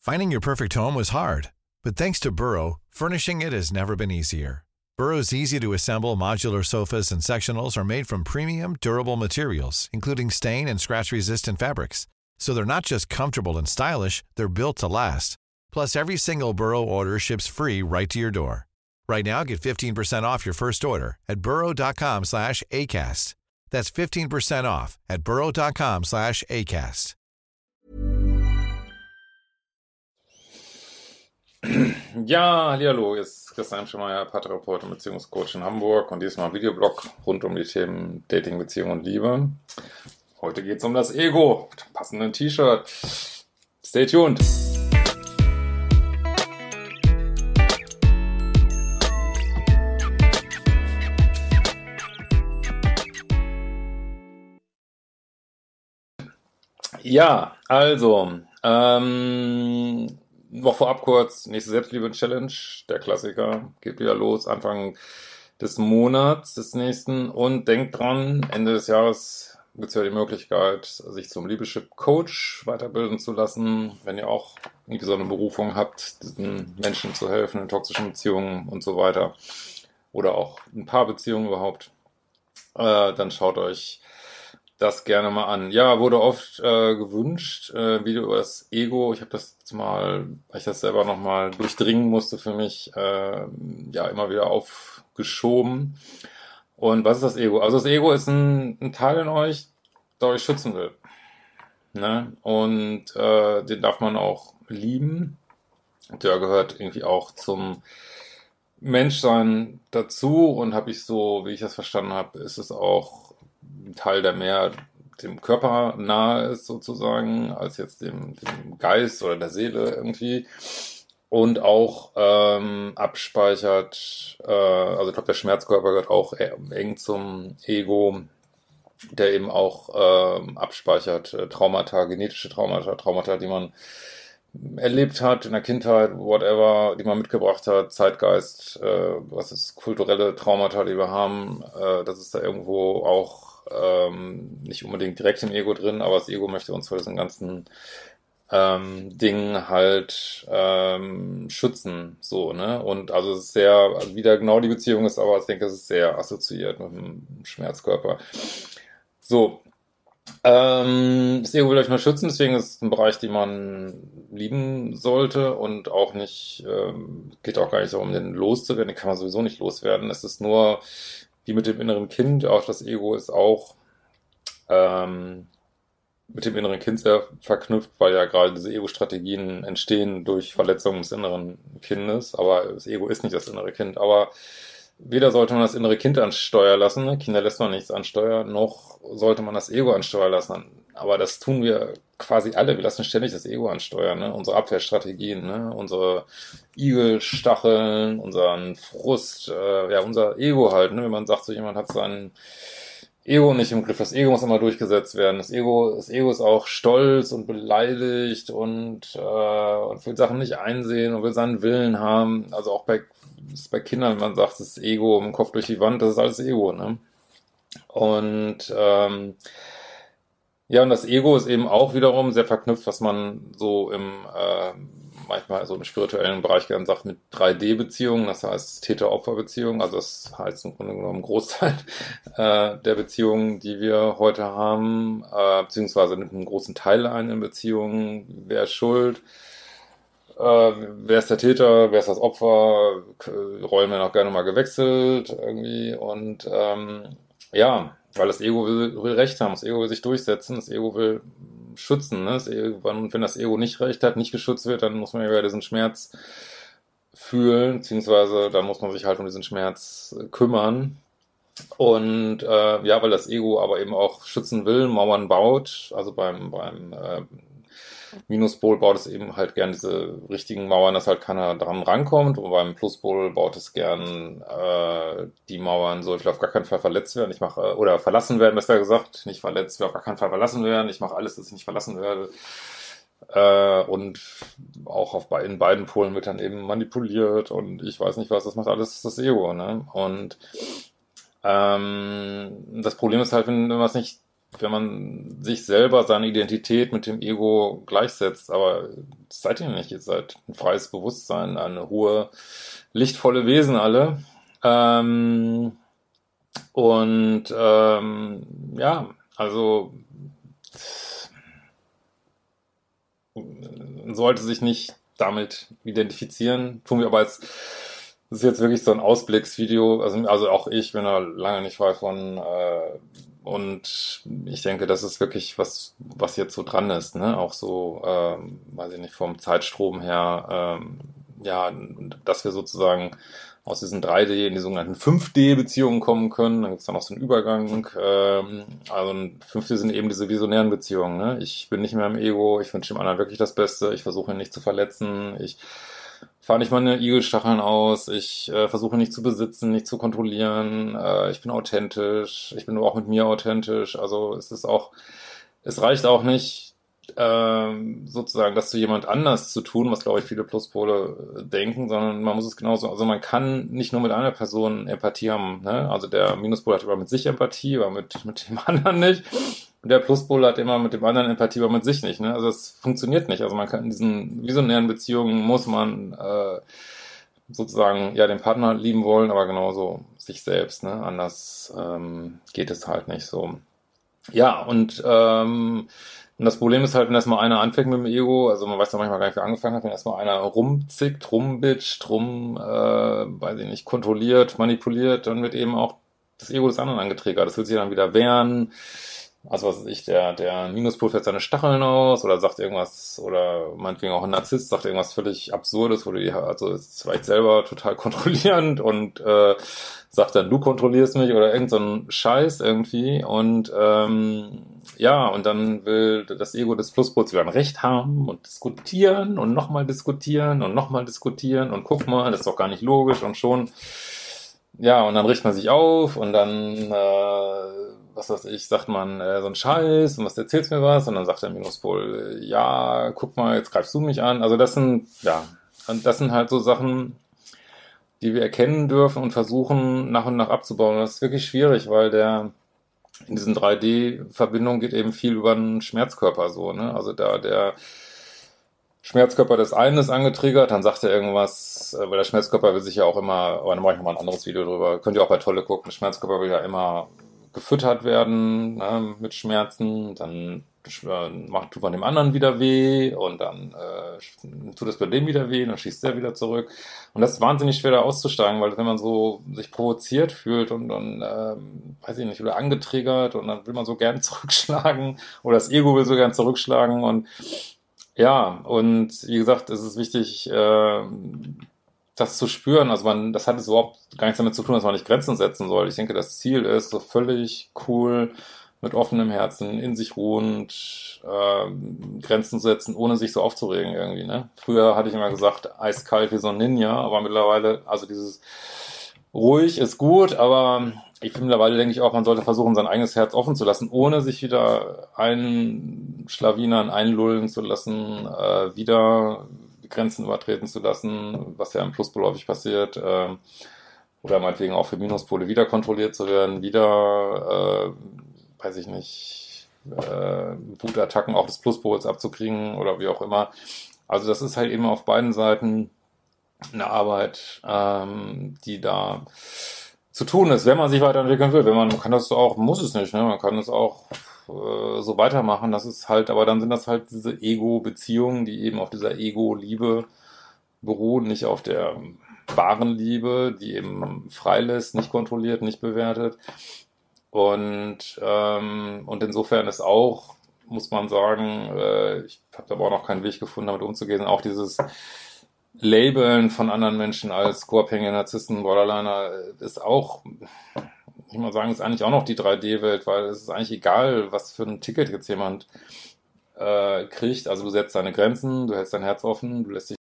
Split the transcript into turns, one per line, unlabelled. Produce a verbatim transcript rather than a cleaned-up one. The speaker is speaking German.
Finding your perfect home was hard, but thanks to Burrow, furnishing it has never been easier. Burrow's easy-to-assemble modular sofas and sectionals are made from premium, durable materials, including stain and scratch-resistant fabrics. So they're not just comfortable and stylish, they're built to last. Plus, every single Burrow order ships free right to your door. Right now, get fifteen percent off your first order at burrow.com slash ACAST. That's fifteen percent off at burrow.com slash ACAST.
Ja, hallihallo, hier ist Christian Schemeier, Paartherapeut und Beziehungscoach in Hamburg und diesmal Videoblog rund um die Themen Dating, Beziehung und Liebe. Heute geht es um das Ego, mit dem passenden T-Shirt. Stay tuned! Ja, also, ähm... noch vorab kurz, nächste Selbstliebe-Challenge, der Klassiker, geht wieder los, Anfang des Monats, des nächsten. Und denkt dran, Ende des Jahres gibt es ja die Möglichkeit, sich zum Liebeschip-Coach weiterbilden zu lassen, wenn ihr auch irgendwie so eine Berufung habt, diesen Menschen zu helfen in toxischen Beziehungen und so weiter. Oder auch in Paarbeziehungen überhaupt. Äh, dann schaut euch das gerne mal an. Ja, wurde oft äh, gewünscht, äh, Video über das Ego. Ich habe das mal, weil ich das selber nochmal durchdringen musste für mich, äh, ja, immer wieder aufgeschoben. Und was ist das Ego? Also das Ego ist ein, ein Teil in euch, der euch schützen will. Ne? Und äh, den darf man auch lieben. Der gehört irgendwie auch zum Menschsein dazu. Und habe ich so, wie ich das verstanden habe, ist es auch ein Teil, der mehr dem Körper nahe ist sozusagen, als jetzt dem, dem Geist oder der Seele irgendwie. Und auch ähm, abspeichert, äh, also ich glaube, der Schmerzkörper gehört auch eng zum Ego, der eben auch ähm, abspeichert äh, Traumata, genetische Traumata, Traumata, die man erlebt hat in der Kindheit, whatever, die man mitgebracht hat, Zeitgeist, äh, was ist kulturelle Traumata, die wir haben, äh, das ist da irgendwo auch ähm, nicht unbedingt direkt im Ego drin, aber das Ego möchte uns vor diesen ganzen ähm, Dingen halt ähm, schützen, so, ne, und also es ist sehr, also wie da genau die Beziehung ist, aber ich denke, es ist sehr assoziiert mit dem Schmerzkörper. So, Ähm, das Ego will euch mal schützen, deswegen ist es ein Bereich, den man lieben sollte und auch nicht, ähm, geht auch gar nicht darum, den loszuwerden, den kann man sowieso nicht loswerden. Es ist nur, wie mit dem inneren Kind, auch das Ego ist auch ähm, mit dem inneren Kind sehr verknüpft, weil ja gerade diese Ego-Strategien entstehen durch Verletzungen des inneren Kindes, aber das Ego ist nicht das innere Kind, aber weder sollte man das innere Kind an Steuer lassen, ne? Kinder lässt man nichts an Steuer, noch sollte man das Ego an Steuer lassen. Aber das tun wir quasi alle. Wir lassen ständig das Ego an Steuer, ne? Unsere Abwehrstrategien, ne? Unsere Igelstacheln, unseren Frust, äh, ja, unser Ego halt, ne? Wenn man sagt, so jemand hat sein Ego nicht im Griff. Das Ego muss immer durchgesetzt werden. Das Ego, das Ego ist auch stolz und beleidigt und, äh, und will Sachen nicht einsehen und will seinen Willen haben. Also auch bei das ist bei Kindern, wenn man sagt, das Ego im Kopf durch die Wand, das ist alles Ego, ne? Und ähm, ja, und das Ego ist eben auch wiederum sehr verknüpft, was man so im äh, manchmal so im spirituellen Bereich gerne sagt, mit drei D-Beziehungen, das heißt Täter-Opfer-Beziehungen, also das heißt im Grunde genommen ein Großteil äh, der Beziehungen, die wir heute haben, äh, beziehungsweise nimmt einen großen Teil ein in Beziehungen, wer ist schuld, Äh, wer ist der Täter, wer ist das Opfer, Rollen werden auch gerne mal gewechselt irgendwie und ähm, ja, weil das Ego will, will Recht haben, das Ego will sich durchsetzen, das Ego will schützen, ne? Das Ego, wenn das Ego nicht Recht hat, nicht geschützt wird, dann muss man ja über diesen Schmerz fühlen, beziehungsweise dann muss man sich halt um diesen Schmerz kümmern. Und äh, ja, weil das Ego aber eben auch schützen will, Mauern baut, also beim, beim äh, Minuspol baut es eben halt gern diese richtigen Mauern, dass halt keiner dran rankommt, und beim Pluspol baut es gern äh, die Mauern so, ich will auf gar keinen Fall verletzt werden, ich mache, äh, oder verlassen werden, besser gesagt, nicht verletzt, will auf gar keinen Fall verlassen werden, ich mache alles, dass ich nicht verlassen werde. Äh, und auch auf be- in beiden Polen wird dann eben manipuliert und ich weiß nicht was, das macht alles das Ego, ne? Und ähm, das Problem ist halt, wenn, wenn wir es nicht wenn man sich selber, seine Identität mit dem Ego gleichsetzt. Aber das seid ihr nicht. Ihr seid ein freies Bewusstsein, eine hohe, lichtvolle Wesen alle. Ähm, und ähm, ja, also man sollte sich nicht damit identifizieren. Tun wir aber jetzt, das ist jetzt wirklich so ein Ausblicksvideo. Also, also auch ich bin da lange nicht frei von. Äh, und ich denke, das ist wirklich was, was jetzt so dran ist. Ne? Auch so, ähm, weiß ich nicht, vom Zeitstrom her, ähm, ja, dass wir sozusagen aus diesen drei D in die sogenannten fünf D-Beziehungen kommen können. Dann gibt es dann noch so einen Übergang. Ähm, also fünf D sind eben diese visionären Beziehungen. Ne? Ich bin nicht mehr im Ego, ich wünsche dem anderen wirklich das Beste, ich versuche ihn nicht zu verletzen, ich fahre nicht meine Igelstacheln aus, ich äh, versuche nicht zu besitzen, nicht zu kontrollieren, äh, ich bin authentisch, ich bin auch mit mir authentisch. Also es ist auch, es reicht auch nicht, ähm, sozusagen das zu jemand anders zu tun, was glaube ich viele Pluspole äh, denken, sondern man muss es genauso, also man kann nicht nur mit einer Person Empathie haben, ne? Also der Minuspol hat immer mit sich Empathie, aber mit, mit dem anderen nicht. Und der Pluspol hat immer mit dem anderen Empathie, aber mit sich nicht, ne? Also es funktioniert nicht. Also man kann in diesen visionären Beziehungen muss man äh, sozusagen ja den Partner lieben wollen, aber genauso sich selbst, ne? Anders ähm, geht es halt nicht so. Ja, und ähm, und das Problem ist halt, wenn erstmal einer anfängt mit dem Ego, also man weiß ja manchmal gar nicht, wer angefangen hat, wenn erstmal einer rumzickt, rumbitscht, rum, äh, weiß ich nicht, kontrolliert, manipuliert, dann wird eben auch das Ego des anderen angetriggert. Das will sich dann wieder wehren. Also was weiß ich, der, der Minuspol fährt seine Stacheln aus oder sagt irgendwas, oder meinetwegen auch ein Narzisst sagt irgendwas völlig Absurdes, wo die, also ist vielleicht selber total kontrollierend und äh, sagt dann, du kontrollierst mich oder irgend so ein Scheiß irgendwie und ähm, ja, und dann will das Ego des Pluspols wieder ein Recht haben und diskutieren und nochmal diskutieren und nochmal diskutieren und guck mal, das ist doch gar nicht logisch und schon, ja, und dann richtet man sich auf und dann, äh, was weiß ich, sagt man äh, so ein Scheiß und was erzählst mir was und dann sagt der Minuspol, äh, ja, guck mal, jetzt greifst du mich an. Also das sind, ja, und das sind halt so Sachen, die wir erkennen dürfen und versuchen nach und nach abzubauen. Und das ist wirklich schwierig, weil der in diesen drei D-Verbindungen geht eben viel über den Schmerzkörper so, ne? Also da der Schmerzkörper des einen ist angetriggert, dann sagt er irgendwas, äh, weil der Schmerzkörper will sich ja auch immer, aber dann mache ich nochmal ein anderes Video drüber, könnt ihr auch bei Tolle gucken, der Schmerzkörper will ja immer gefüttert werden, ne, mit Schmerzen, dann äh, macht, tut man dem anderen wieder weh und dann äh, tut es bei dem wieder weh, dann schießt der wieder zurück. Und das ist wahnsinnig schwer da auszusteigen, weil wenn man so sich provoziert fühlt und dann, ähm, weiß ich nicht, oder angetriggert und dann will man so gern zurückschlagen oder das Ego will so gern zurückschlagen und ja, und wie gesagt, es ist wichtig, äh, das zu spüren. Also man, das hat jetzt überhaupt gar nichts damit zu tun, dass man nicht Grenzen setzen soll. Ich denke, das Ziel ist, so völlig cool, mit offenem Herzen, in sich ruhend, äh, Grenzen zu setzen, ohne sich so aufzuregen irgendwie, ne? Früher hatte ich immer gesagt, eiskalt wie so ein Ninja, aber mittlerweile, also dieses ruhig ist gut, aber ich mittlerweile denke ich auch, man sollte versuchen, sein eigenes Herz offen zu lassen, ohne sich wieder einschlawinern, einlullen zu lassen, äh, wieder Grenzen übertreten zu lassen, was ja im Pluspol häufig passiert, äh, oder meinetwegen auch für Minuspole wieder kontrolliert zu werden, wieder, äh, weiß ich nicht, äh, Wutattacken auch des Pluspols abzukriegen oder wie auch immer. Also das ist halt eben auf beiden Seiten eine Arbeit, ähm, die da zu tun ist, wenn man sich weiterentwickeln will. Wenn man, man kann das auch, muss es nicht, ne? Man kann es auch äh, so weitermachen. Das ist halt, aber dann sind das halt diese Ego-Beziehungen, die eben auf dieser Ego-Liebe beruhen, nicht auf der wahren Liebe, die eben freilässt, nicht kontrolliert, nicht bewertet. Und ähm, und insofern ist auch, muss man sagen, äh, ich habe aber auch noch keinen Weg gefunden, damit umzugehen, auch dieses Labeln von anderen Menschen als Co-Abhängige, Narzissten, Borderliner ist auch, ich mal sagen, ist eigentlich auch noch die drei D-Welt, weil es ist eigentlich egal, was für ein Ticket jetzt jemand äh, kriegt. Also du setzt deine Grenzen, du hältst dein Herz offen, du lässt dich